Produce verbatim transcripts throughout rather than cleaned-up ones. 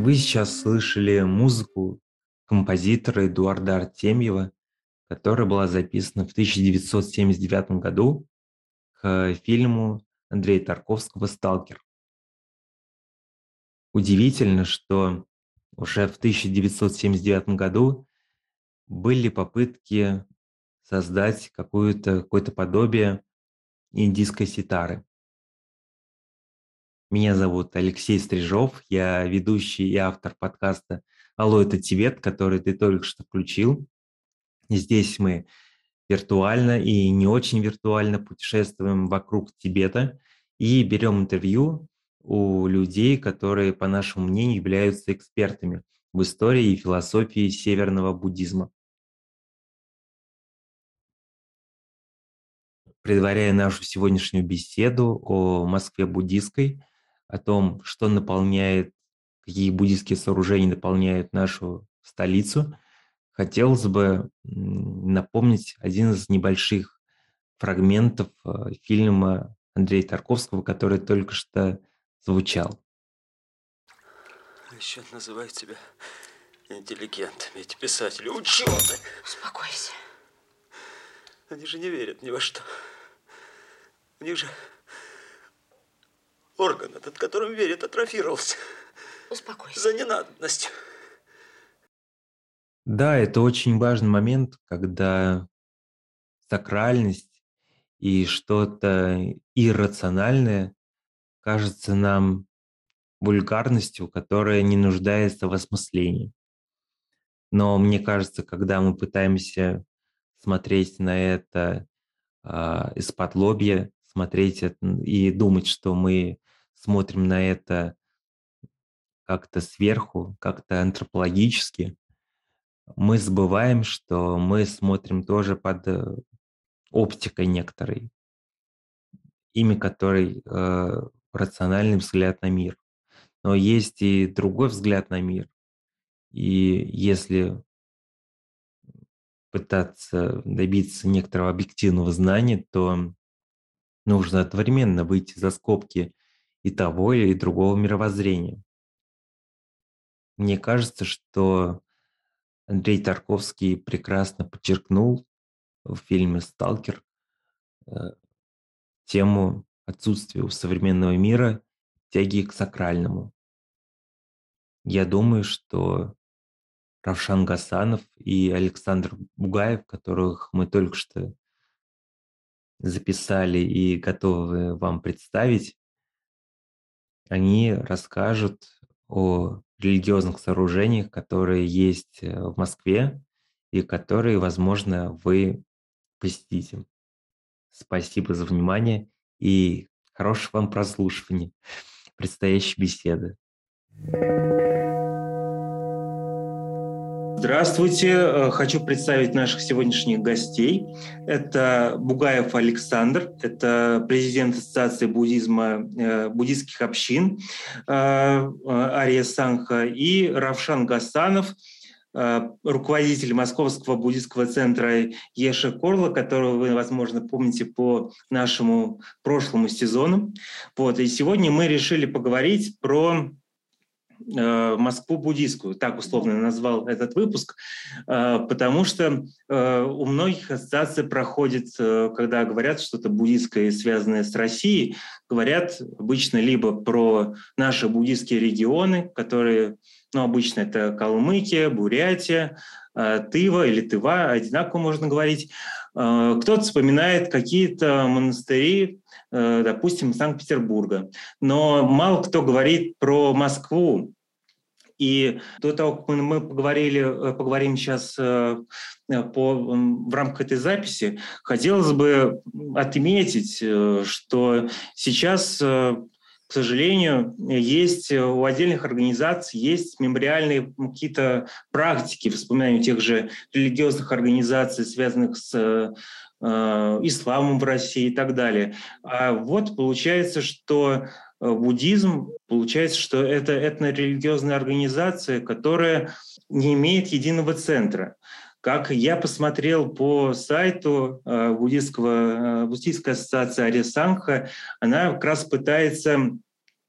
Вы сейчас слышали музыку композитора Эдуарда Артемьева, которая была записана в тысяча девятьсот семьдесят девятом году к фильму Андрея Тарковского «Сталкер». Удивительно, что уже в тысяча девятьсот семьдесят девятом году были попытки создать какое-то какое-то подобие индийской ситары. Меня зовут Алексей Стрижов, я ведущий и автор подкаста «Алло, это Тибет», который ты только что включил. Здесь мы виртуально и не очень виртуально путешествуем вокруг Тибета и берем интервью у людей, которые, по нашему мнению, являются экспертами в истории и философии северного буддизма. Предваряя нашу сегодняшнюю беседу о Москве буддистской, о том, что наполняет, какие буддистские сооружения наполняют нашу столицу, хотелось бы напомнить один из небольших фрагментов фильма Андрея Тарковского, который только что звучал. Еще называют тебя интеллигентами, эти писатели, ученые. Успокойся. Они же не верят ни во что. У них же орган этот, которым верят, атрофировался. Успокойся. За ненадобностью. Да, это очень важный момент, когда сакральность и что-то иррациональное кажется нам вульгарностью, которая не нуждается в осмыслении. Но мне кажется, когда мы пытаемся смотреть на это э, из-под лобья, смотреть это, и думать, что мы смотрим на это как-то сверху, как-то антропологически, мы забываем, что мы смотрим тоже под оптикой некоторой, имя которой э, рациональный взгляд на мир. Но есть и другой взгляд на мир. И если пытаться добиться некоторого объективного знания, то нужно одновременно выйти за скобки и того, и другого мировоззрения. Мне кажется, что Андрей Тарковский прекрасно подчеркнул в фильме «Сталкер» тему отсутствия у современного мира тяги к сакральному. Я думаю, что Равшан Гасанов и Александр Бугаев, которых мы только что записали и готовы вам представить, они расскажут о религиозных сооружениях, которые есть в Москве и которые, возможно, вы посетите. Спасибо за внимание и хорошего вам прослушивания предстоящей беседы. Здравствуйте, хочу представить наших сегодняшних гостей. Это Бугаев Александр, это президент Ассоциации буддизма, буддистских общин Ария Сангха, и Равшан Гасанов, руководитель Московского буддистского центра Еши Корла, которого вы, возможно, помните по нашему прошлому сезону. Вот. И сегодня мы решили поговорить про Москву буддийскую, так условно назвал этот выпуск, потому что у многих ассоциации проходит, когда говорят что-то буддийское, связанное с Россией, говорят обычно либо про наши буддийские регионы, которые, ну, обычно это Калмыкия, Бурятия, Тыва или Тыва, одинаково можно говорить. Кто-то вспоминает какие-то монастыри, допустим, Санкт-Петербурга. Но мало кто говорит про Москву. И до того, как мы поговорили, поговорим сейчас по, в рамках этой записи, хотелось бы отметить, что сейчас, к сожалению, есть у отдельных организаций есть мемориальные какие-то практики, вспоминаю тех же религиозных организаций, связанных с исламом в России и так далее. А вот получается, что буддизм, получается, что это этнорелигиозная организация, которая не имеет единого центра. Как я посмотрел по сайту буддистского, буддистской ассоциации Ария Сангха, она как раз пытается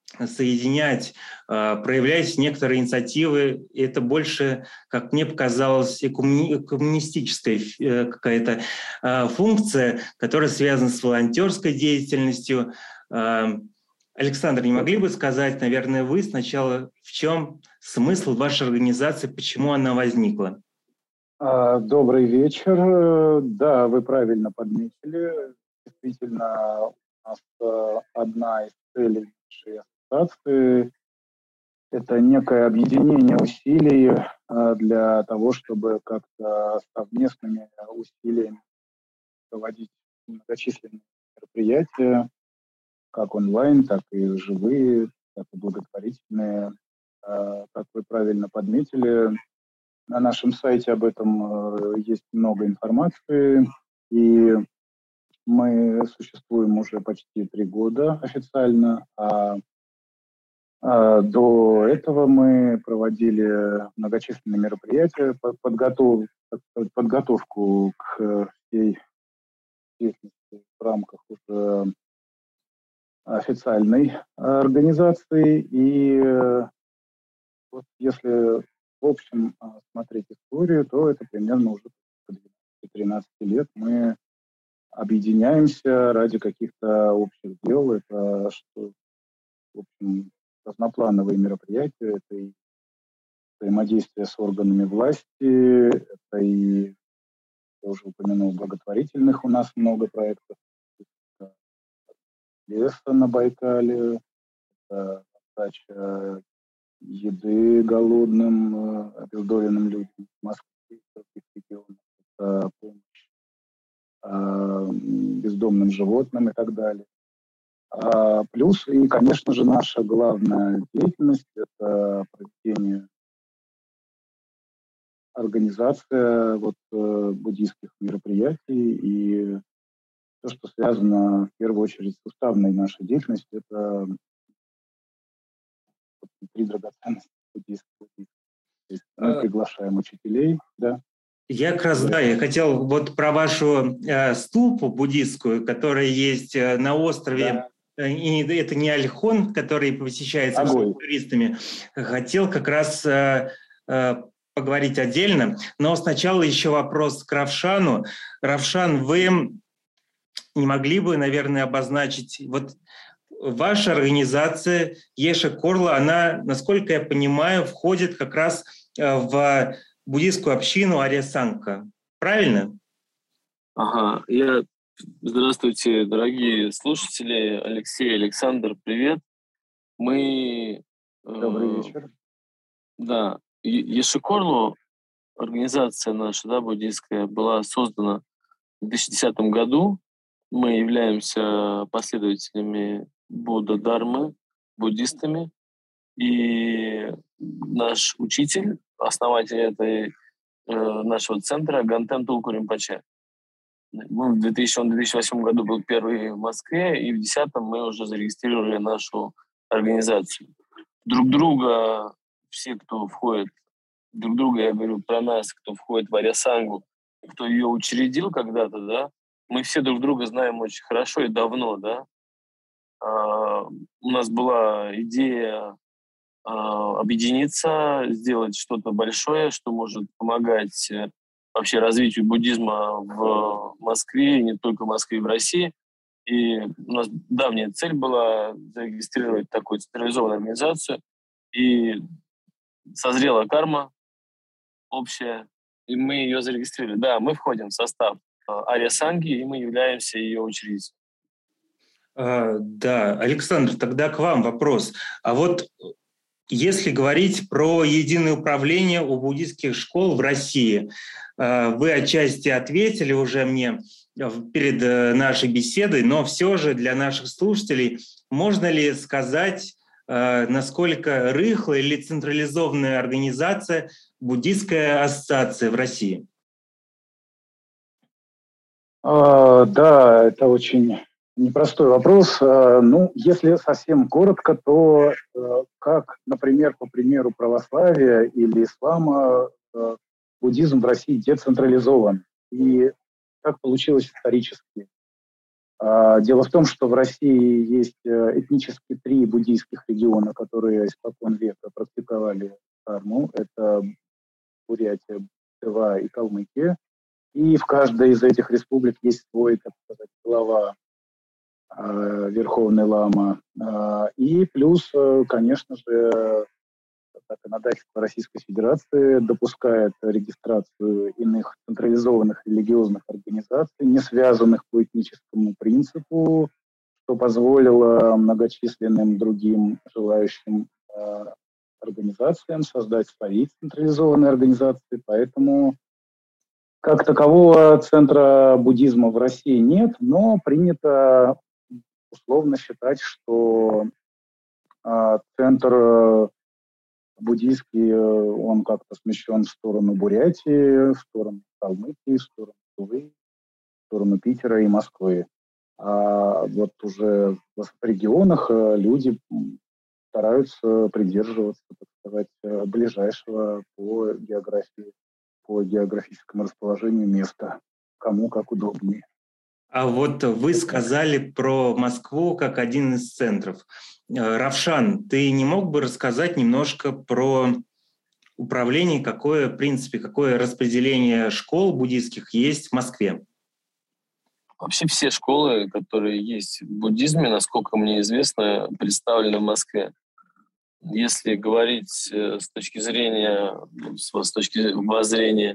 соединять, проявлять некоторые инициативы. Это больше, как мне показалось, коммунистическая какая-то функция, которая связана с волонтерской деятельностью. Александр, не могли бы сказать, наверное, вы сначала, в чем смысл вашей организации, почему она возникла? Добрый вечер. Да, вы правильно подметили. Действительно, у нас одна из целей нашей ассоциации – это некое объединение усилий для того, чтобы как-то совместными усилиями проводить многочисленные мероприятия, как онлайн, так и живые, так и благотворительные. Как вы правильно подметили, на нашем сайте об этом есть много информации, и мы существуем уже почти три года официально, а, а до этого мы проводили многочисленные мероприятия, подготов, подготовку к всей деятельности в рамках уже официальной организации. И вот если в общем смотреть историю, то это примерно уже двенадцать лет мы объединяемся ради каких-то общих дел. Это что, в общем, разноплановые мероприятия, это и взаимодействие с органами власти, это и, я уже упомянул, благотворительных у нас много проектов. Леса на Байкале, это раздача еды голодным, обездоленным людям в Москве и других регионах, это помощь э, бездомным животным и так далее. А, плюс, и, конечно же, наша главная деятельность – это проведение, организация вот, э, буддийских мероприятий и то, что связано в первую очередь с уставной нашей деятельностью, это три драгоценности буддийского. Мы приглашаем учителей, да. Я как раз, да, я хотел вот про вашу э, ступу буддийскую, которая есть э, на острове, да. И это не Ольхон, который посещается туристами. Хотел как раз э, э, поговорить отдельно, но сначала еще вопрос к Равшану. Равшан, вы не могли бы, наверное, обозначить, вот ваша организация Еша Корла, она, насколько я понимаю, входит как раз в буддийскую общину Арья Сангха. Правильно? Ага. Я... Здравствуйте, дорогие слушатели. Алексей, Александр, привет. Мы... Добрый вечер. Э, да. Еша Корлу, организация наша, да, буддийская, была создана в две тысячи десятом году. Мы являемся последователями Будда-Дармы, буддистами. И наш учитель, основатель этой, э, нашего центра, Гантен Тулку Ринпоче. Мы в две тысячи восьмом году был первый в Москве, и в две тысячи десятом мы уже зарегистрировали нашу организацию. Друг друга, все, кто входит, друг друга, я говорю про нас, кто входит в Арья Сангху, кто ее учредил когда-то, да, мы все друг друга знаем очень хорошо и давно, да. А, у нас была идея а, объединиться, сделать что-то большое, что может помогать вообще развитию буддизма в Москве, и не только в Москве, и в России. И у нас давняя цель была зарегистрировать такую централизованную организацию. И созрела карма общая, и мы ее зарегистрировали. Да, мы входим в состав Арья Сангхи, и мы являемся ее учредителем. А, да, Александр, тогда к вам вопрос. А вот если говорить про единое управление у буддийских школ в России, вы отчасти ответили уже мне перед нашей беседой, но все же для наших слушателей можно ли сказать, насколько рыхлая или централизованная организация буддийская ассоциация в России? А, да, это очень непростой вопрос. Ну, если совсем коротко, то как, например, по примеру православия или ислама, буддизм в России децентрализован. И как получилось исторически? Дело в том, что в России есть этнически три буддийских региона, которые испокон века практиковали дхарму. Это Бурятия, Тыва и Калмыкия. И в каждой из этих республик есть свой, так сказать, глава, э, Верховный Лама. Э, и плюс, э, конечно же, законодательство Российской Федерации допускает регистрацию иных централизованных религиозных организаций, не связанных по этническому принципу, что позволило многочисленным другим желающим э, организациям создать свои централизованные организации. Поэтому как такового центра буддизма в России нет, но принято условно считать, что э, центр буддийский, он как-то смещен в сторону Бурятии, в сторону Калмыкии, в сторону Тувы, в сторону Питера и Москвы. А вот уже в регионах люди стараются придерживаться, так сказать, ближайшего по географии, по географическому расположению места, кому как удобнее. А вот вы сказали про Москву как один из центров. Равшан, ты не мог бы рассказать немножко про управление, какое, в принципе, какое распределение школ буддийских есть в Москве? Вообще все школы, которые есть в буддизме, насколько мне известно, представлены в Москве. Если говорить с точки зрения, с точки воззрения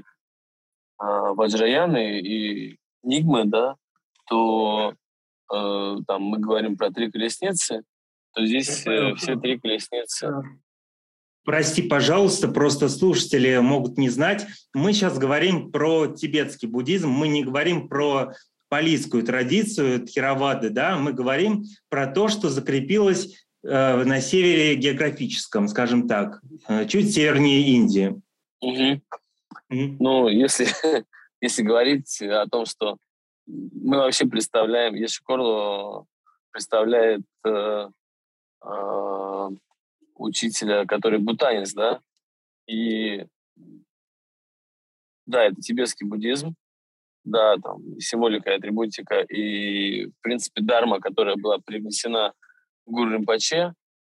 Ваджраяны и Нигмы, да, то э, там мы говорим про три колесницы, то здесь э, все три колесницы. Прости, пожалуйста, просто слушатели могут не знать. Мы сейчас говорим про тибетский буддизм, мы не говорим про палийскую традицию Тхеравады, да, мы говорим про то, что закрепилось э, на севере географическом, скажем так, э, чуть севернее Индии. Угу. Mm. Ну, если, если говорить о том, что мы вообще представляем, Ешикорлу представляет э, э, учителя, который бутанец, да, и да, это тибетский буддизм, да, там символика, атрибутика и, в принципе, дарма, которая была привнесена в Гуру Ринпоче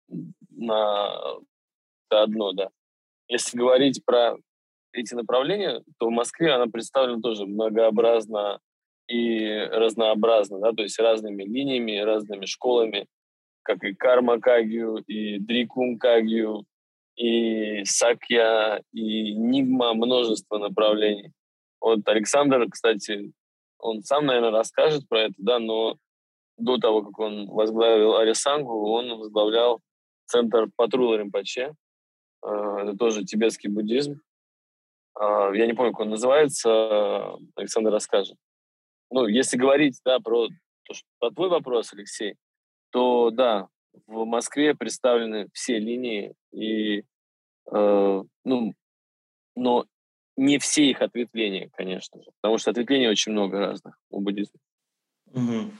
на это одно, да. Если говорить про эти направления, то в Москве она представлена тоже многообразно и разнообразно, да, то есть разными линиями, разными школами, как и Карма Кагью, и Дрикун Кагью, и Сакья, и Нигма, множество направлений. Вот Александр, кстати, он сам, наверное, расскажет про это, да, но до того, как он возглавил Арисангу, он возглавлял центр Патрула Ринпоче, это тоже тибетский буддизм. Я не помню, как он называется, Александр расскажет. Ну, если говорить, да, про, про твой вопрос, Алексей, то, да, в Москве представлены все линии, и, э, ну, но не все их ответвления, конечно же, потому что ответвлений очень много разных у буддизма. Угу.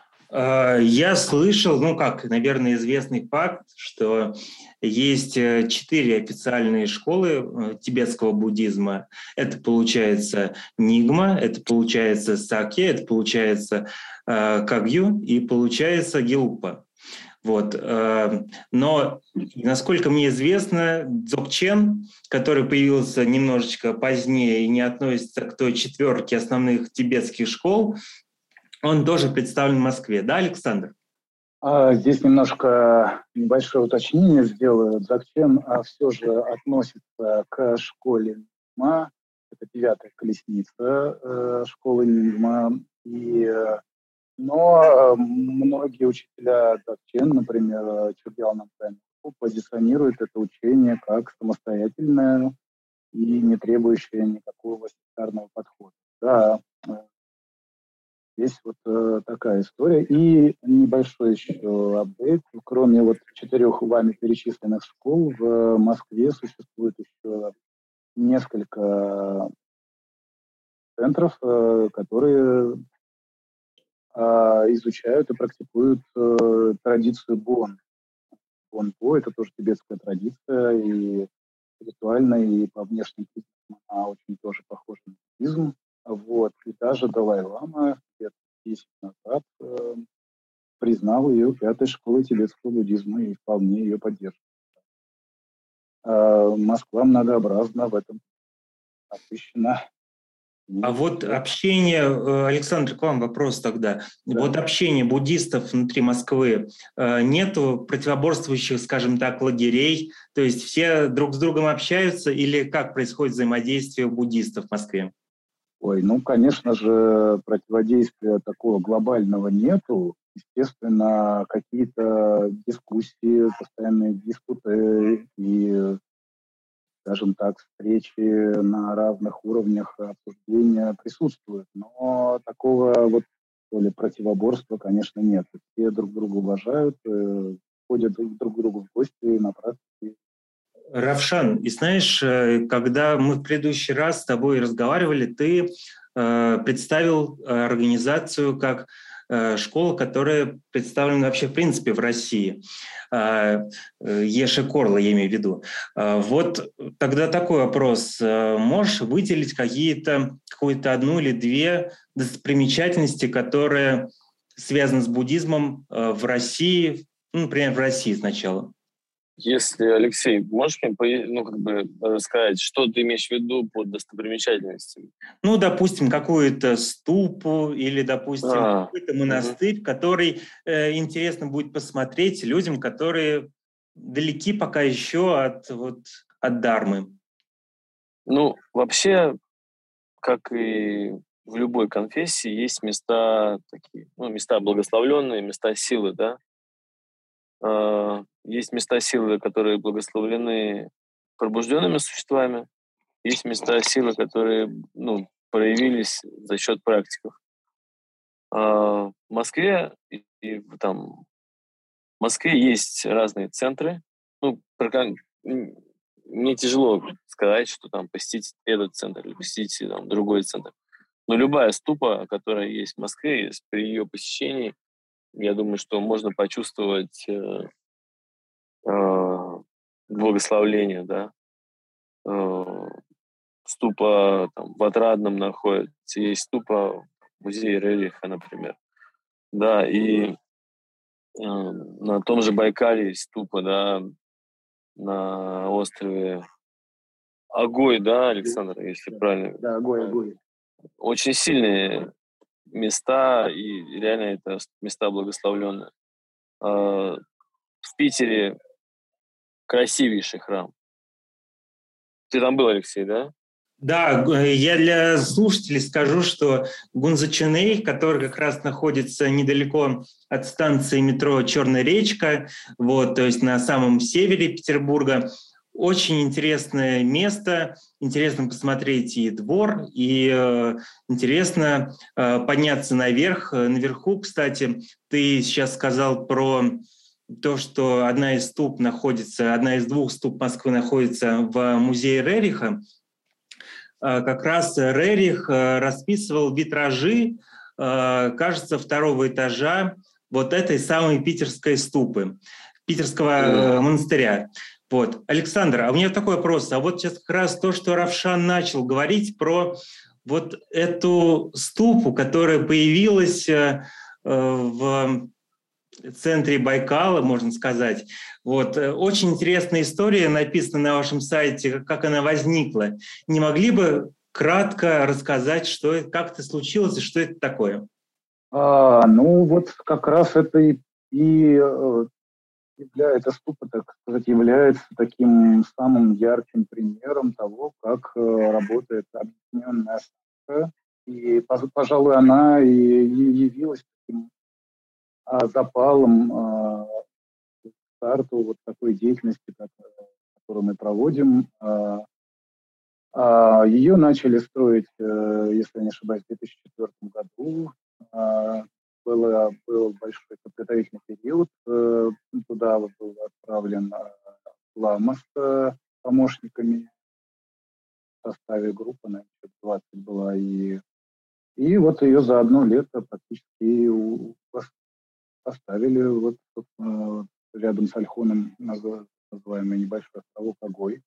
Я слышал, ну как, наверное, известный факт, что есть четыре официальные школы тибетского буддизма. Это получается Нигма, это получается Сакья, это получается Кагью и получается Гелупа. Вот. Но, насколько мне известно, Дзогчен, который появился немножечко позднее и не относится к той четверке основных тибетских школ, он тоже представлен в Москве. Да, Александр? А, здесь немножко небольшое уточнение сделаю. Дзогчен а, все же относится к школе Нигма. Это девятая колесница э, школы Нигма. И, э, но э, многие учителя Дзогчен, например, Чургял Нампен, позиционируют это учение как самостоятельное и не требующее никакого сектарного подхода. Да, есть вот э, такая история. И небольшой еще апдейт. Кроме вот четырех вами перечисленных школ, в Москве существует еще несколько центров, э, которые э, изучают и практикуют э, традицию Бон. Бон-по – это тоже тибетская традиция, и ритуально, и по внешним признакам она очень тоже похожа на буддизм. Вот. И даже Далай-лама, десять назад э, признал ее пятой школой тибетского буддизма и вполне ее поддерживает. А Москва многообразна в этом, насыщена. А вот общение, э, Александр, к вам вопрос тогда. Да. Вот общение буддистов внутри Москвы, э, нету противоборствующих, скажем так, лагерей, то есть все друг с другом общаются или как происходит взаимодействие буддистов в Москве? Ой, ну, конечно же, противодействия такого глобального нету. Естественно, какие-то дискуссии, постоянные диспуты и, скажем так, встречи на разных уровнях обсуждения присутствуют. Но такого вот то ли противоборства, конечно, нет. Все друг друга уважают, э, ходят друг к другу в гости на практике. Равшан, и знаешь, э, когда мы в предыдущий раз с тобой разговаривали, ты э, представил организацию как э, школа, которая представлена вообще в принципе в России. Э, Еши Корла, я имею в виду. Э, вот тогда такой вопрос. Можешь выделить какие-то, какую-то одну или две достопримечательности, которые связаны с буддизмом э, в России, ну, например, в России сначала? Если, Алексей, можешь мне ну, как бы рассказать, что ты имеешь в виду под достопримечательностями? Ну, допустим, какую-то ступу или, допустим, а, какой-то монастырь, угу. который э, интересно будет посмотреть людям, которые далеки пока еще от, вот, от Дharмы. Ну, вообще, как и в любой конфессии, есть места такие, ну, места благословленные, места силы, да. Есть места силы, которые благословлены пробужденными существами, есть места силы, которые ну, проявились за счет практиков. В Москве и, и там в Москве есть разные центры. Ну, мне тяжело сказать, что там посетить этот центр или посетить там, другой центр. Но любая ступа, которая есть в Москве, при ее посещении, я думаю, что можно почувствовать э, э, благословление, да. Э, ступа там, в Отрадном находится, есть ступа в музее Рериха, например. Да, и э, на том же Байкале есть ступа, да, на острове Огой, да, Александр, если да, правильно. Да, Огой, Огой. Очень сильные места, и реально это места благословленные. В Питере красивейший храм. Ты там был, Алексей, да? Да, я для слушателей скажу, что Гунза-Чанэй, который как раз находится недалеко от станции метро «Черная речка», вот, то есть на самом севере Петербурга, очень интересное место, интересно посмотреть и двор, и э, интересно э, подняться наверх. Наверху, кстати, ты сейчас сказал про то, что одна из ступ находится, одна из двух ступ Москвы находится в музее Рериха. Как раз Рерих расписывал витражи, кажется, второго этажа вот этой самой питерской ступы, питерского монастыря. Вот. Александр, а у меня такой вопрос. А вот сейчас как раз то, что Равшан начал говорить про вот эту ступу, которая появилась в центре Байкала, можно сказать. Вот. Очень интересная история написана на вашем сайте, как она возникла. Не могли бы кратко рассказать, что, как это случилось и что это такое? А, ну, вот как раз это и, и является, ступа, так сказать, является таким самым ярким примером того, как работает объединенная станция. И, пожалуй, она и явилась таким запалом к старту вот такой деятельности, которую мы проводим. Ее начали строить, если не ошибаюсь, в две тысячи четвёртом году. Было, был большой подготовительный период. Туда был отправлен лама с помощниками в составе группы, наверное, двадцать была. И, и вот ее за одно лето практически поставили вот, вот рядом с Ольхоном, называемый небольшой островок Огой.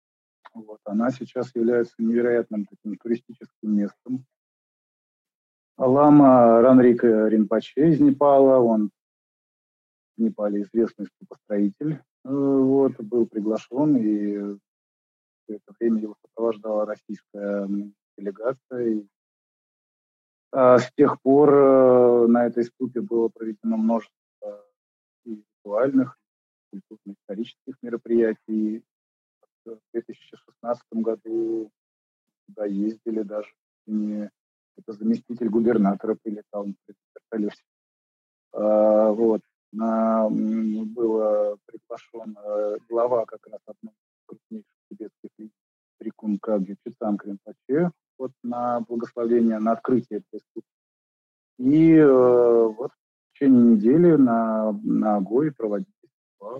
Вот. Она сейчас является невероятным таким туристическим местом. Лама Ранрика Ринпоче из Непала, он в Непале известный ступостроитель, вот, был приглашен, и в это время его сопровождала российская делегация. И, а, с тех пор а, на этой ступе было проведено множество и ритуальных, и культурно-исторических мероприятий. В две тысячи шестнадцатом году туда ездили даже, не, это заместитель губернатора прилетал на вертолете. А, вот. На, было приглашен глава как раз одной из крупнейших тибетских лидеров Трикун Кагью Читанг Ринпоче вот, на благословение, на открытие этой ступы. И э, вот в течение недели на, на Агое проводились ритуалы.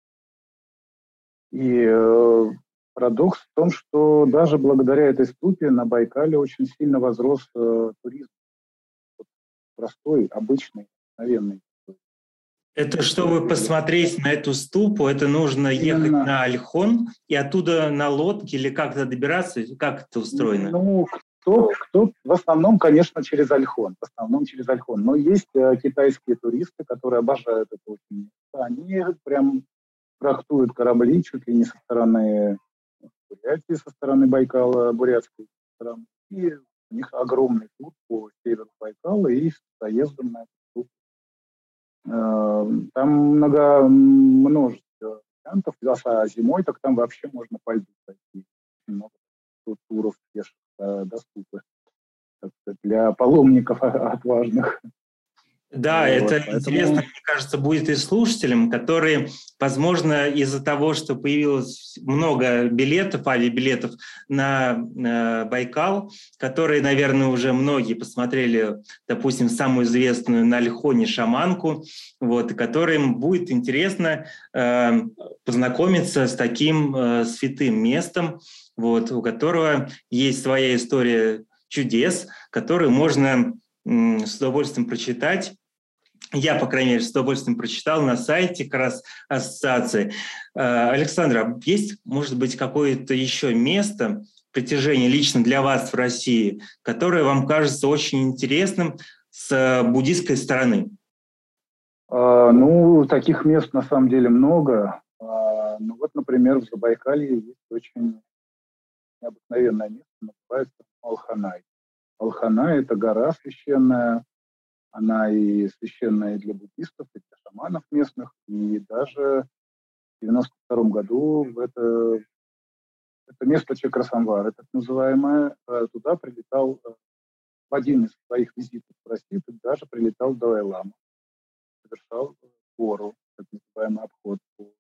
И э, парадокс в том, что даже благодаря этой ступе на Байкале очень сильно возрос э, туризм. Вот, простой, обычный, обыкновенный. Это чтобы посмотреть на эту ступу, это нужно ехать Именно. на Ольхон и оттуда на лодке или как-то добираться? Как это устроено? Ну, кто, кто в основном, конечно, через Ольхон. В основном через Ольхон. Но есть э, китайские туристы, которые обожают это очень. Они прям фрахтуют корабли чуть ли не со стороны Бурятии, со стороны Байкала, бурятской стороны. И у них огромный путь по северу Байкала и с заездом на эту ступу. Там много, множество вариантов, а зимой так там вообще можно по льду пройти. Много туров пеших доступных для паломников отважных. Да, вот, это поэтому... интересно, мне кажется, будет и слушателям, которые, возможно, из-за того, что появилось много билетов, авиабилетов на, на Байкал, которые, наверное, уже многие посмотрели, допустим, самую известную на Ольхоне шаманку, вот, и которым будет интересно э, познакомиться с таким э, святым местом, вот, у которого есть своя история чудес, которую можно с удовольствием прочитать. Я, по крайней мере, с удовольствием прочитал на сайте как раз ассоциации. Александра, есть, может быть, какое-то еще место притяжения лично для вас в России, которое вам кажется очень интересным с буддийской стороны? А, ну, таких мест на самом деле много. А, ну вот, например, в Забайкалье есть очень необыкновенное место, называется Алханай. Алханай – это гора священная, она и священная и для буддистов, и для шаманов местных, и даже в девяносто втором году в это, это место Чакрасамвары, так называемое, туда прилетал в один из своих визитов в Россию, даже прилетал Далай-лама, совершал гору, так называемый обход по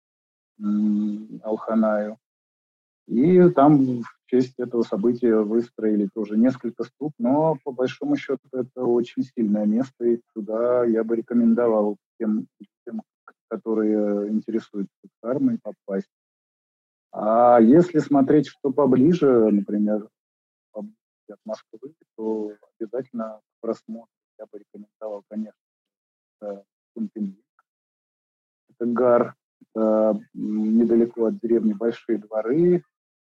Алханаю. И там в честь этого события выстроили тоже несколько ступ, но по большому счету это очень сильное место, и туда я бы рекомендовал тем, тем которые интересуются кармой, попасть. А если смотреть, что поближе, например, поближе от Москвы, то обязательно к просмотру я бы рекомендовал, конечно, Кунпинлик. Это гар, это недалеко от деревни Большие Дворы,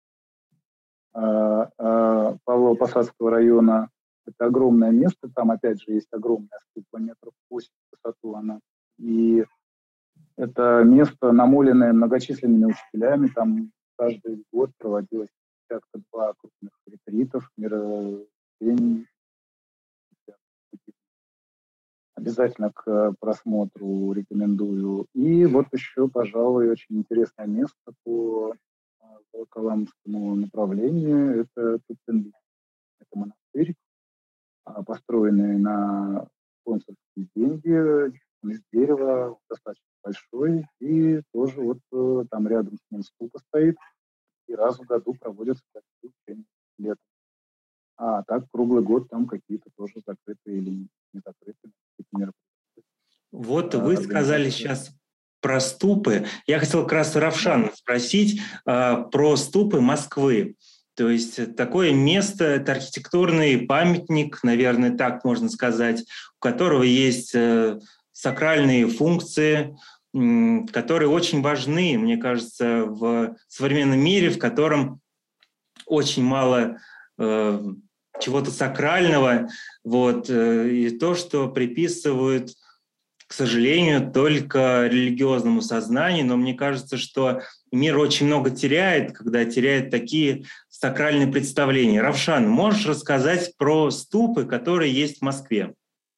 Павлово-Посадского района. Это огромное место, там опять же есть огромная ступа, метров восемь в высоту она. И это место, намоленное многочисленными учителями, там каждый год проводилось десятка два крупных ретритов, мероприятий. Обязательно к просмотру рекомендую. И вот еще, пожалуй, очень интересное место по Волоколамскому направлению. Это Тутенли. Это монастырь, построенный на спонсорские деньги, из дерева, достаточно большой. И тоже вот там рядом с ним ступа стоит. И раз в году проводятся такие лет. А так круглый год там какие-то тоже закрытые или не закрытые мероприятия. Вот вы сказали сейчас про ступы. Я хотел как раз Равшана спросить э, про ступы Москвы. То есть такое место, это архитектурный памятник, наверное, так можно сказать, у которого есть э, сакральные функции, э, которые очень важны, мне кажется, в современном мире, в котором очень мало э, чего-то сакрального, вот, и то, что приписывают, к сожалению, только религиозному сознанию, но мне кажется, что мир очень много теряет, когда теряет такие сакральные представления. Равшан, можешь рассказать про ступы, которые есть в Москве?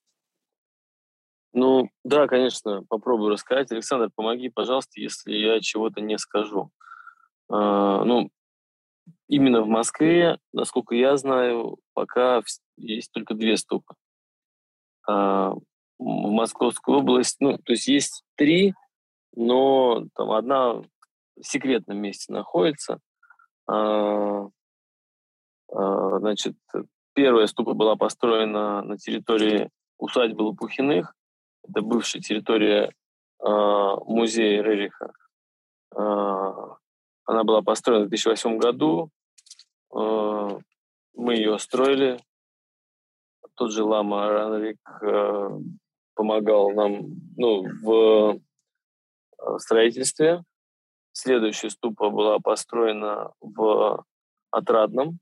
Ну, да, конечно, попробую рассказать. Александр, помоги, пожалуйста, если я чего-то не скажу. А, ну, именно в Москве, насколько я знаю, пока есть только две ступы. А, в Московскую область, ну, то есть есть три, но там одна в секретном месте находится. А, а, значит, первая ступа была построена на территории усадьбы Лопухиных. Это бывшая территория а, музея Рериха. А, она была построена в две тысячи восьмом году. А, мы ее строили. Тот же лама Ранрик а, помогал нам, ну, в строительстве. Следующая ступа была построена в Отрадном.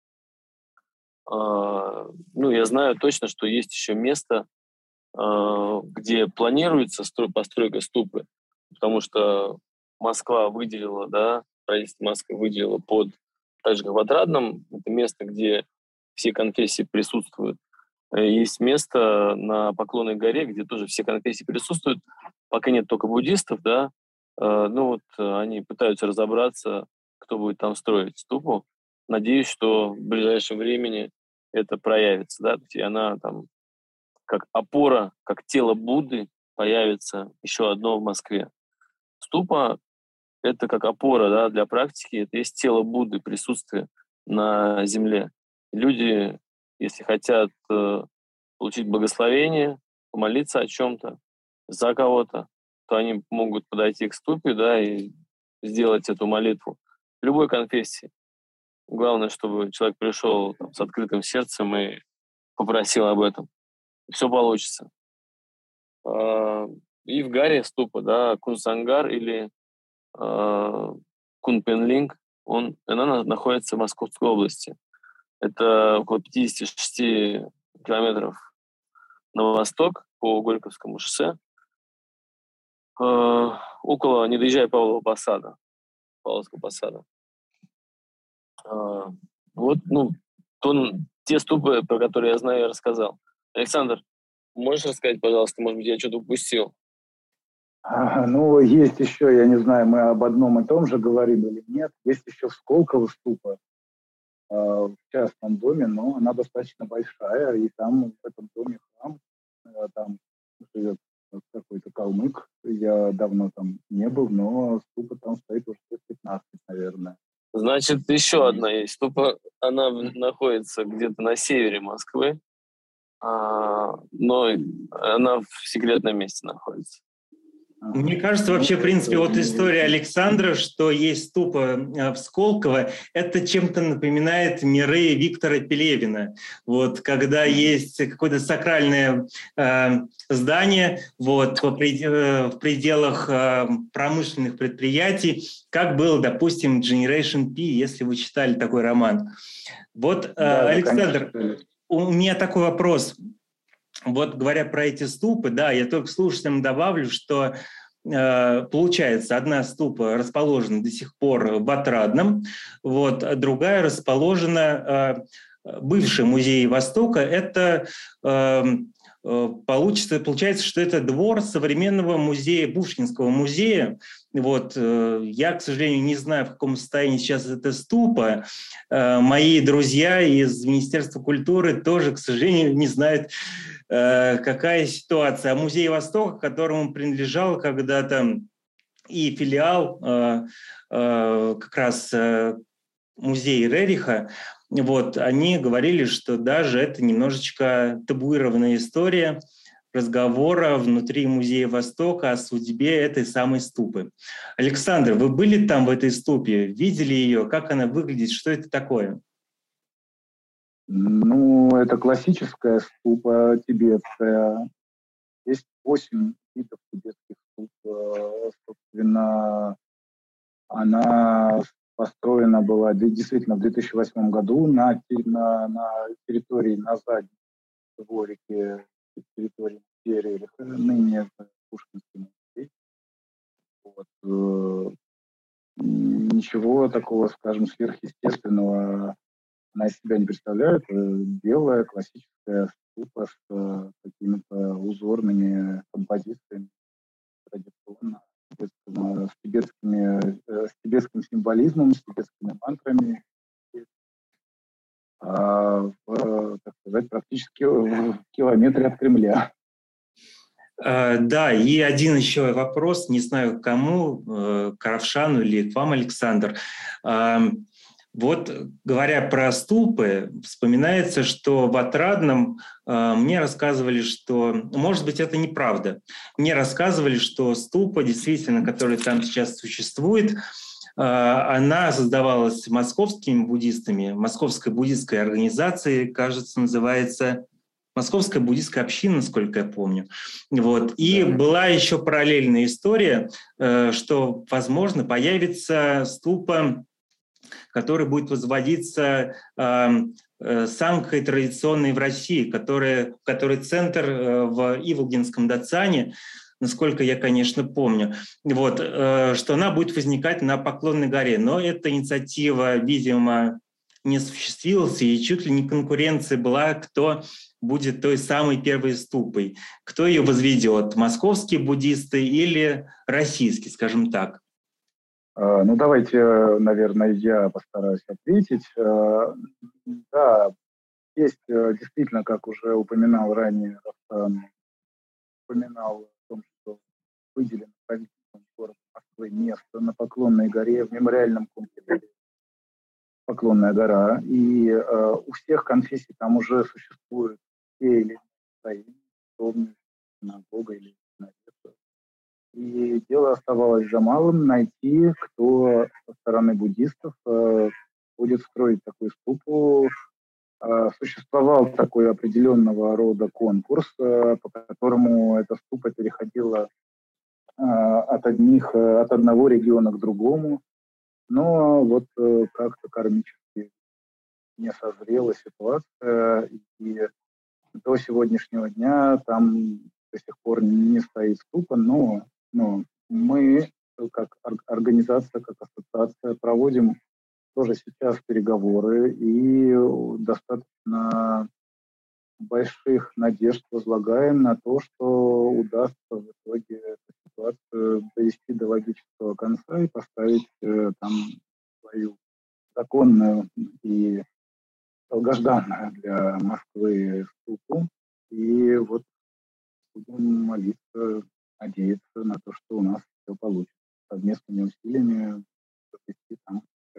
А, ну, я знаю точно, что есть еще место, а, где планируется строй, постройка ступы, потому что Москва выделила, да, правительство Москвы выделило под, так же как в Отрадном, это место, где все конфессии присутствуют. Есть место на Поклонной горе, где тоже все конфессии присутствуют. Пока нет только буддистов, да. Ну вот они пытаются разобраться, кто будет там строить ступу. Надеюсь, что в ближайшем времени это проявится, да. И она там как опора, как тело Будды появится еще одно в Москве. Ступа — это как опора, да, для практики. Это есть тело Будды, присутствие на земле. Люди, если хотят э, получить благословение, помолиться о чем-то, за кого-то, то они могут подойти к ступе, да, и сделать эту молитву. Любой конфессии. Главное, чтобы человек пришел там, с открытым сердцем и попросил об этом. Все получится. А, и в Гаре ступа, да, Кунсангар или а, Кунпенлинг, он, она находится в Московской области. Это около пятьдесят шесть километров на восток по Горьковскому шоссе, э, около, не доезжая Павлова посада, Павловского посада. Э, вот, ну, то, те ступы, про которые я знаю, я рассказал. Александр, можешь рассказать, пожалуйста, может быть, я что-то упустил? А, ну, есть еще, я не знаю, мы об одном и том же говорим или нет, есть еще Сколково ступа э, в частном доме, но она достаточно большая, и там в этом доме храм, э, там живет какой-то калмык, я давно там не был, но ступа там стоит уже лет пятнадцать, наверное. Значит, еще одна есть ступа, она находится где-то на севере Москвы, а, но она в секретном месте находится. Мне кажется, вообще, в принципе, вот история Александра, что есть ступа в Сколково, это чем-то напоминает миры Виктора Пелевина. Вот, когда есть какое-то сакральное э, здание вот, по, э, в пределах э, промышленных предприятий, как было, допустим, Generation P, если вы читали такой роман. Вот, э, да, Александр, да, у меня такой вопрос. Вот говоря про эти ступы, да, я только слушателям добавлю, что э, получается, одна ступа расположена до сих пор в Отрадном, вот, а другая расположена, э, бывший музей Востока, это э, получится, получается, что это двор современного музея, Пушкинского музея. Вот, я, к сожалению, не знаю, в каком состоянии сейчас эта ступа. Мои друзья из Министерства культуры тоже, к сожалению, не знают, какая ситуация. А музей Востока, которому принадлежал когда-то и филиал как раз музей Рериха, вот, они говорили, что даже это немножечко табуированная история разговора внутри музея Востока о судьбе этой самой ступы. Александр, вы были там в этой ступе? Видели ее? Как она выглядит? Что это такое? Ну, это классическая ступа тибетская. Есть восемь видов тибетских ступ. Собственно, она построена была действительно в две тысячи восьмом году на, на, на территории, на заднем дворике территории Терериха, ныне Пушкинский музей. Вот. Ничего такого, скажем, сверхъестественного она из себя не представляет. Белая классическая ступа с какими-то узорными композициями, традиционно, с, тибетскими, с тибетским символизмом, с тибетскими мантрами, а, в, так сказать, практически в километре от Кремля. Да, и один еще вопрос, не знаю к кому, к Равшану или к вам, Александр. Вот говоря про ступы, вспоминается, что в Отрадном мне рассказывали, что, может быть, это неправда, мне рассказывали, что ступа, действительно, которая там сейчас существует, она создавалась московскими буддистами, Московской буддистской организацией, кажется, называется Московская буддистская община, насколько я помню. Вот. И была еще параллельная история, что, возможно, появится ступа, который будет возводиться санкхой традиционной в России, который, который центр в Иволгинском Дацане, насколько я, конечно, помню, вот, что она будет возникать на Поклонной горе. Но эта инициатива, видимо, не осуществилась, и чуть ли не конкуренция была, кто будет той самой первой ступой, кто ее возведет, московские буддисты или российские, скажем так. Ну, давайте, наверное, я постараюсь ответить. Да, есть действительно, как уже упоминал ранее, упоминал о том, что выделено правительством города Москвы место на Поклонной горе в мемориальном комплексе Поклонная гора. И у всех конфессий там уже существуют те или иные строения, синагога или синагога. И дело оставалось за малым — найти, кто со стороны буддистов э, будет строить такую ступу. Э, существовал такой определенного рода конкурс, э, по которому эта ступа переходила э, от, одних, э, от одного региона к другому. Но вот э, как-то кармически не созрела ситуация, и до сегодняшнего дня там до сих пор не стоит ступа, но Но мы, как организация, как ассоциация, проводим тоже сейчас переговоры и достаточно больших надежд возлагаем на то, что удастся в итоге эту ситуацию довести до логического конца и поставить э, там свою законную и долгожданную для Москвы ступу. И вот будем молиться, надеяться на то, что у нас все получится. Совместными усилиями провести там.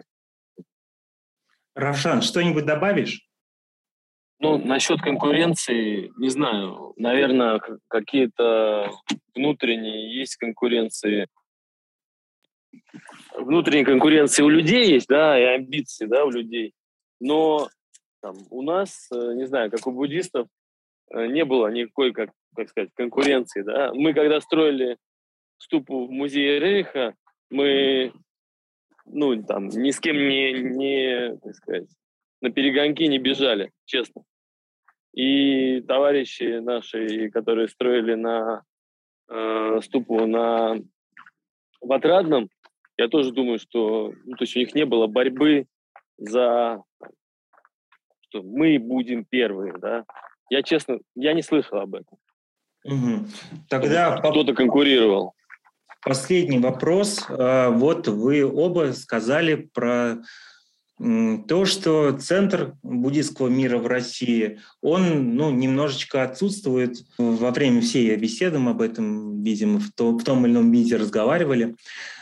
Равшан, что-нибудь добавишь? Ну, насчет конкуренции, не знаю. Наверное, какие-то внутренние есть конкуренции. Внутренние конкуренции у людей есть, да, и амбиции, да, у людей. Но там, у нас, не знаю, как у буддистов, не было никакой, как, как сказать, конкуренции, да. Мы, когда строили ступу в музее Рериха, мы, ну, там, ни с кем не, не, так сказать, на перегонки не бежали, честно. И товарищи наши, которые строили на э, ступу на, в Отрадном, я тоже думаю, что, ну, то есть у них не было борьбы за, что мы будем первые, да. Я, честно, я не слышал об этом. Угу. Тогда кто-то конкурировал. Последний вопрос. Вот вы оба сказали про то, что центр буддийского мира в России, он, ну, немножечко отсутствует. Во время всей беседы мы об этом, видимо, в том, в том или ином виде разговаривали.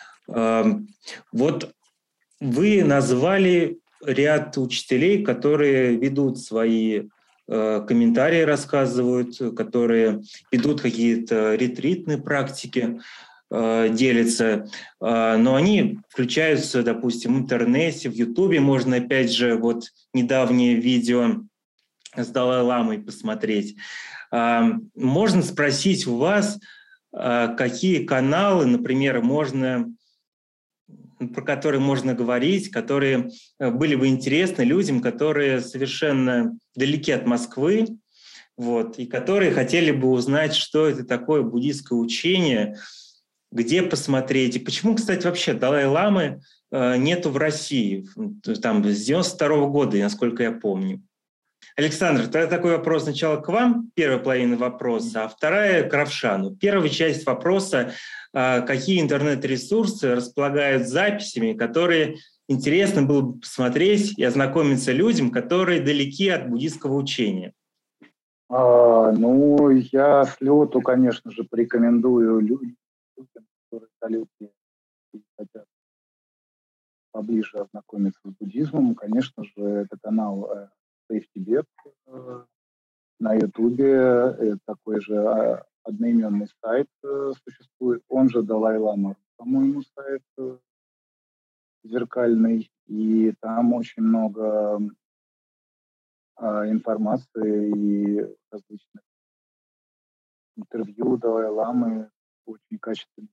Вот вы назвали ряд учителей, которые ведут свои комментарии, рассказывают, которые ведут какие-то ретритные практики, делятся, но они включаются, допустим, в интернете, в Ютубе. Можно, опять же, вот недавнее видео с Далай-ламой посмотреть. Можно спросить у вас, какие каналы, например, можно про которые можно говорить, которые были бы интересны людям, которые совершенно далеки от Москвы, вот, и которые хотели бы узнать, что это такое буддийское учение, где посмотреть. И почему, кстати, вообще Далай-ламы э, нету в России, там, с девяносто второго года, насколько я помню. Александр, тогда такой вопрос сначала к вам, первая половина вопроса, а вторая к Равшану. Первая часть вопроса, э, какие интернет-ресурсы располагают записями, которые интересно было бы посмотреть и ознакомиться людям, которые далеки от буддийского учения. А, ну, я с лету, конечно же, порекомендую людям, которые далеки и хотят поближе ознакомиться с буддизмом. Конечно же, это канал Safe Tibet на Ютубе. Э, такой же а, одноименный сайт э, существует. Он же Далай-лама, по-моему, сайт э, зеркальный. И там очень много а, информации и различных интервью Далай-ламы, очень качественных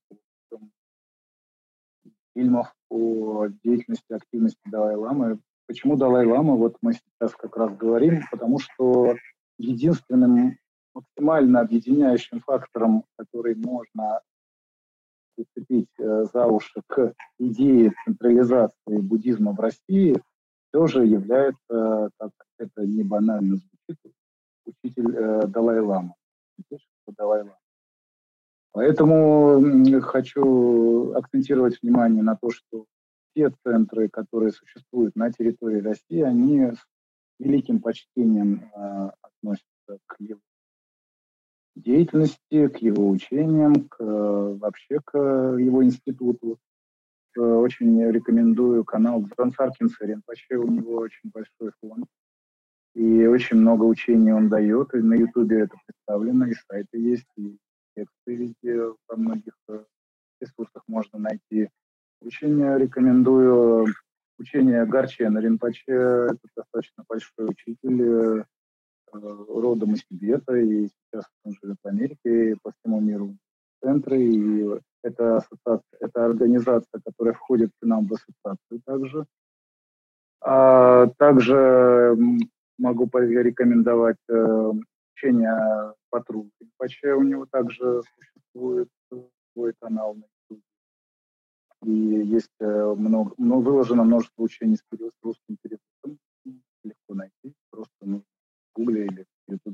фильмов о деятельности, активности Далай-ламы. Почему Далай-лама? Вот мы сейчас как раз говорим, потому что единственным максимально объединяющим фактором, который можно прицепить э, за уши к идее централизации буддизма в России, все же является, как это не банально звучит, учитель э, Далай-лама. Далай-лама. Поэтому хочу акцентировать внимание на то, что те центры, которые существуют на территории России, они с великим почтением э, относятся к его деятельности, к его учениям, к, вообще к его институту. Очень рекомендую канал Дзансаркин Ринпоче, у него очень большой фонд. И очень много учений он дает, и на Ютубе это представлено, и сайты есть, и тексты везде, во многих ресурсах можно найти. Учение рекомендую. Учение Гарчена Ринпоче, это достаточно большой учитель, родом из Тибета, и сейчас он живет в Америке, и по всему миру центры, и это ассоциация, это организация, которая входит к нам в ассоциацию также. А также могу порекомендовать э, учение Патру Ринпоче, у него также существует свой канал на YouTube. И есть э, много, много, выложено множество учений с, с русским переводом, легко найти, просто ну, в Гугле или в Ютубе.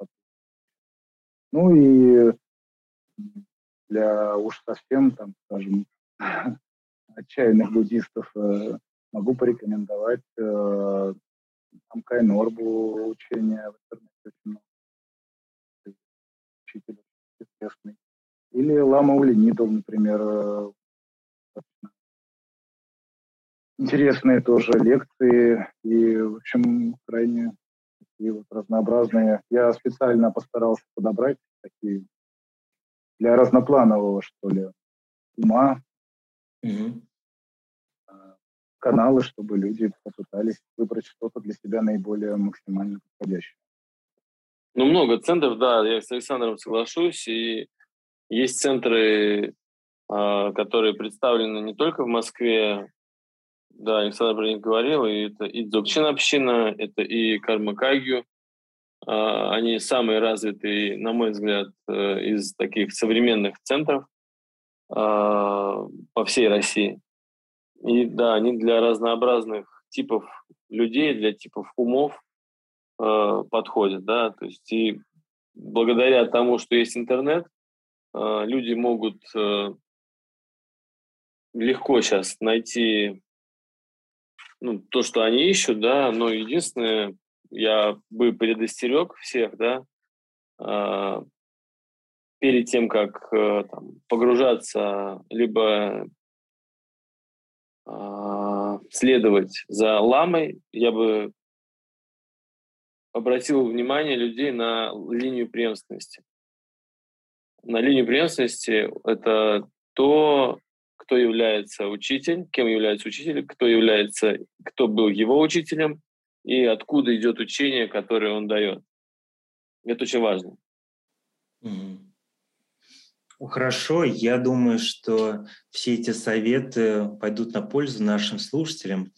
Ну и для уж совсем, там, скажем, отчаянных буддистов э, могу порекомендовать э, Амкай Норбу учение в интернете очень много. Учитель известный. Или Лама Уленидл, например. Э, интересные тоже лекции и, в общем, крайне такие вот разнообразные. Я специально постарался подобрать такие для разнопланового, что ли, ума, Mm-hmm. каналы, чтобы люди попытались выбрать что-то для себя наиболее максимально подходящее. Ну, много центров, да, я с Александром соглашусь. И есть центры, которые представлены не только в Москве, да, Александр про них говорил, и это и Дзогchen община, это и Карма Кагью. Они самые развитые, на мой взгляд, из таких современных центров по всей России. И да, они для разнообразных типов людей, для типов умов э, подходят, да, то есть и благодаря тому, что есть интернет, э, люди могут э, легко сейчас найти ну, то, что они ищут, да, но единственное, я бы предостерег всех, да, э, перед тем, как э, там, погружаться либо следовать за ламой, я бы обратил внимание людей на линию преемственности. На линию преемственности это то, кто является учитель, кем является учитель, кто является, кто был его учителем и откуда идет учение, которое он дает. Это очень важно. Mm-hmm. Хорошо, я думаю, что все эти советы пойдут на пользу нашим слушателям.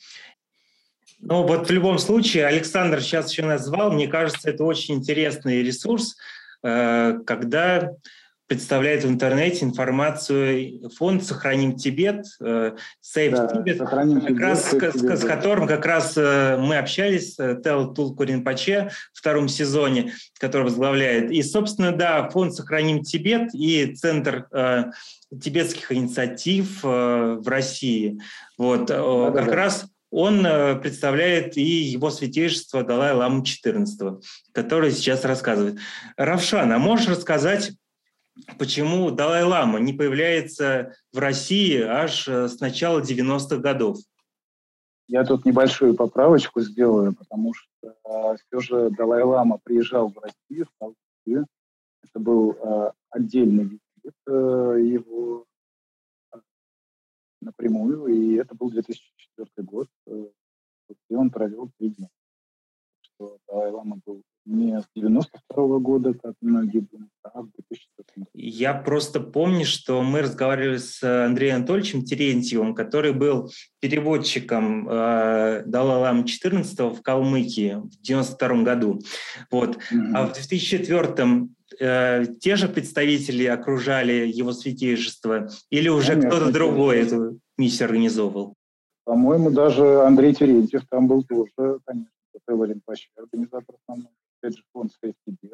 Ну вот в любом случае, Александр сейчас еще назвал, мне кажется, это очень интересный ресурс, э, когда представляет в интернете информацию фонд «Сохраним Тибет», э, Save Да, Tibet, сохраним как Тибет, раз Save с, Tibet, с да. которым как раз э, мы общались, э, Тел Тулку Ринпоче в втором сезоне, который возглавляет. И, собственно, да, фонд «Сохраним Тибет» и Центр э, тибетских инициатив э, в России. Вот, э, Да, да, как да. раз он э, представляет и его святейшество Далай-ламу четырнадцатого, который сейчас рассказывает. Равшан, а можешь рассказать, почему Далай-лама не появляется в России аж с начала девяностых годов? Я тут небольшую поправочку сделаю, потому что э, все же Далай-лама приезжал в Россию, в Талдию. Это был э, отдельный визит э, его э, напрямую, и это был две тысячи четвёртый год, э, и он провел три дня. Что Далай-лама был не с девяносто второго года, как многие думают, а в две тысячи четвёртом году. Я просто помню, что мы разговаривали с Андреем Анатольевичем Терентьевым, который был переводчиком э, Далай-ламы четырнадцатого в Калмыкии в девяносто втором году. Вот. Mm-hmm. А в две тысячи четвёртом э, те же представители окружали его святейшество или уже Конечно, кто-то другой эту миссию организовывал? По-моему, даже Андрей Терентьев там был тоже, конечно, Тел Ринпоче, организатор основной. Опять же, фонд Save Tibet.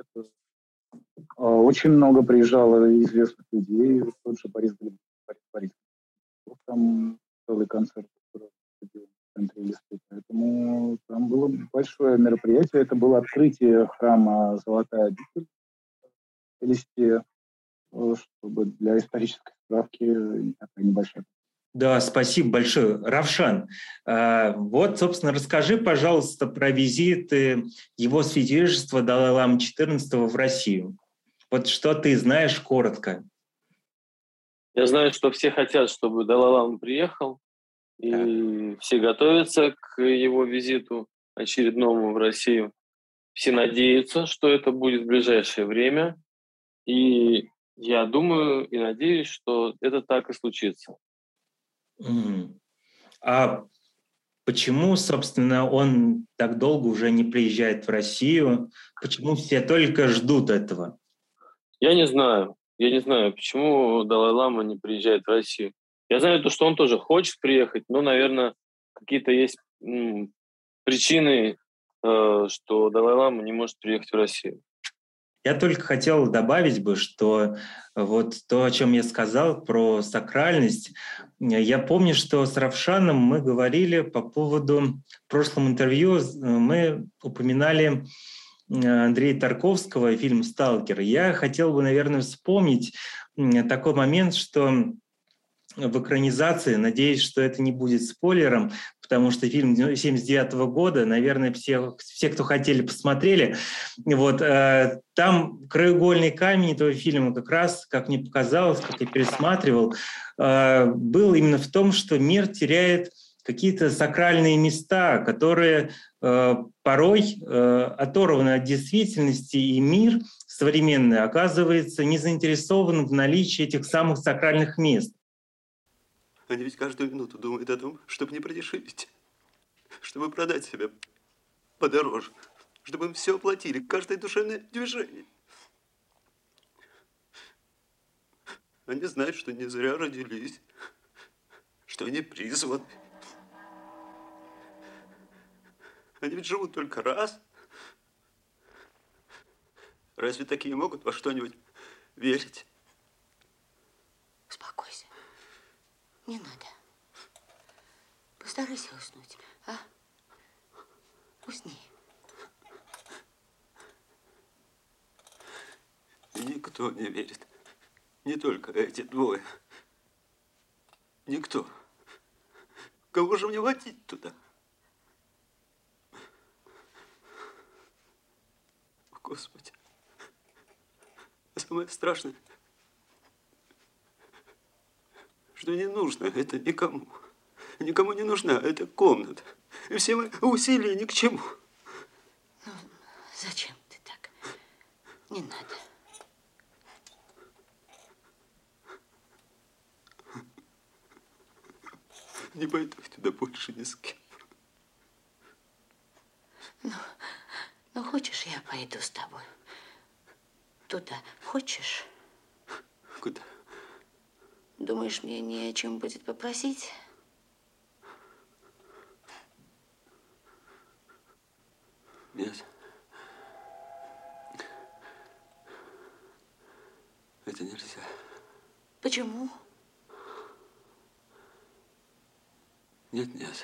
Очень много приезжало известных людей, тот же Борис Глебович, Борис Борис. Там целый концерт в центре Листвы. Поэтому там было большое мероприятие. Это было открытие храма «Золотая обитель» в Листе, чтобы для исторической справки такая небольшая. Да, спасибо большое. Равшан, вот, собственно, расскажи, пожалуйста, про визиты его святейшества Далай-ламы четырнадцатого в Россию. Вот что ты знаешь коротко? Я знаю, что все хотят, чтобы Далай-лама приехал, и так. Все готовятся к его визиту очередному в Россию. Все надеются, что это будет в ближайшее время, и я думаю и надеюсь, что это так и случится. Mm. А почему, собственно, он так долго уже не приезжает в Россию? Почему все только ждут этого? Я не знаю. Я не знаю, почему Далай-лама не приезжает в Россию. Я знаю то, что он тоже хочет приехать, но, наверное, какие-то есть м, причины, э, что Далай-лама не может приехать в Россию. Я только хотел добавить бы, что вот то, о чем я сказал про сакральность, я помню, что с Равшаном мы говорили по поводу, в прошлом интервью мы упоминали Андрея Тарковского и фильм «Сталкер». Я хотел бы, наверное, вспомнить такой момент, что в экранизации, надеюсь, что это не будет спойлером, потому что фильм семьдесят девятого года, наверное, все, все, кто хотели, посмотрели. Вот, э, там краеугольный камень этого фильма как раз, как мне показалось, как я пересматривал, э, был именно в том, что мир теряет какие-то сакральные места, которые э, порой э, оторваны от действительности, и мир современный оказывается не заинтересован в наличии этих самых сакральных мест. Они ведь каждую минуту думают о том, чтобы не продешевить, чтобы продать себя подороже, чтобы им все оплатили, каждое душевное движение. Они знают, что не зря родились, что они призваны. Они ведь живут только раз. Разве такие могут во что-нибудь верить? Успокойся. Не надо. Постарайся уснуть, а? Усни. И никто не верит. Не только эти двое. Никто. Кого же мне водить туда? Господи. А самое страшное, что не нужно это никому. Никому не нужна эта комната. И все мои усилия ни к чему. Ну, зачем ты так? Не надо. Не пойду туда больше ни с кем. Ну, ну, хочешь, я пойду с тобой? Туда. Хочешь? Куда? Думаешь, мне не о чем будет попросить? Нет. Это нельзя. Почему? Нет, нет.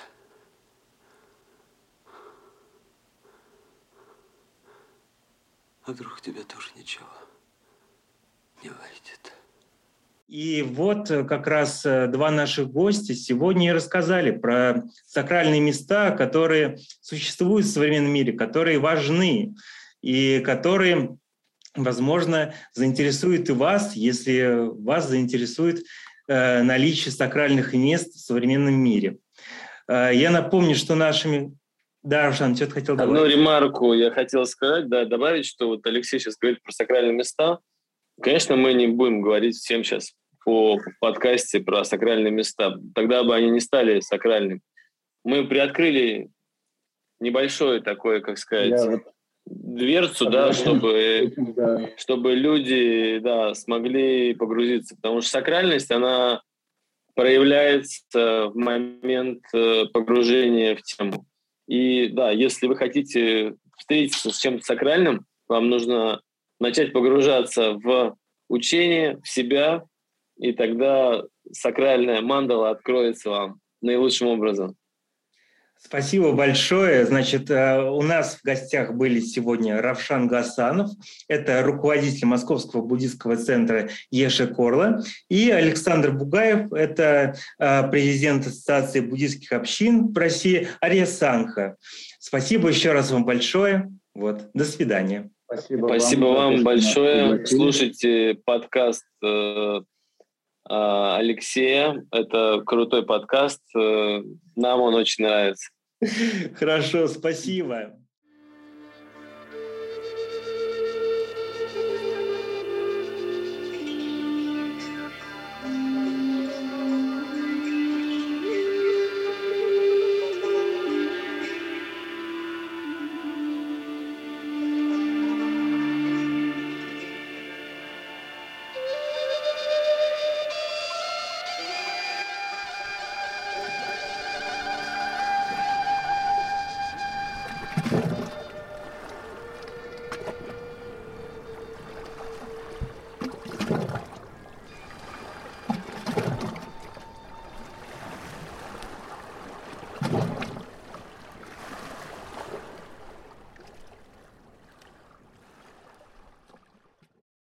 А вдруг тебе тоже ничего не выйдет? И вот как раз два наших гостя сегодня и рассказали про сакральные места, которые существуют в современном мире, которые важны и которые, возможно, заинтересуют и вас, если вас заинтересует э, наличие сакральных мест в современном мире. Э, я напомню, что нашими... Да, Равшан, что ты хотел добавить? Одну ремарку я хотел сказать, да, добавить, что вот Алексей сейчас говорит про сакральные места. Конечно, мы не будем говорить всем сейчас по подкасте про сакральные места. Тогда бы они не стали сакральными. Мы приоткрыли небольшое такое, как сказать, Я вот дверцу, да, чтобы, да. чтобы люди, да, смогли погрузиться. Потому что сакральность, она проявляется в момент погружения в тему. И да, если вы хотите встретиться с чем-то сакральным, вам нужно начать погружаться в учение, в себя, и тогда сакральная мандала откроется вам наилучшим образом. Спасибо большое. Значит, у нас в гостях были сегодня Равшан Гасанов, это руководитель Московского буддийского центра Еши Корла, и Александр Бугаев, это президент Ассоциации буддийских общин в России Арья Сангха. Спасибо еще раз вам большое. Вот. До свидания. Спасибо, Спасибо вам, вам то, большое. Слушайте подкаст э, Алексея. Это крутой подкаст. Нам он очень нравится. Хорошо, спасибо.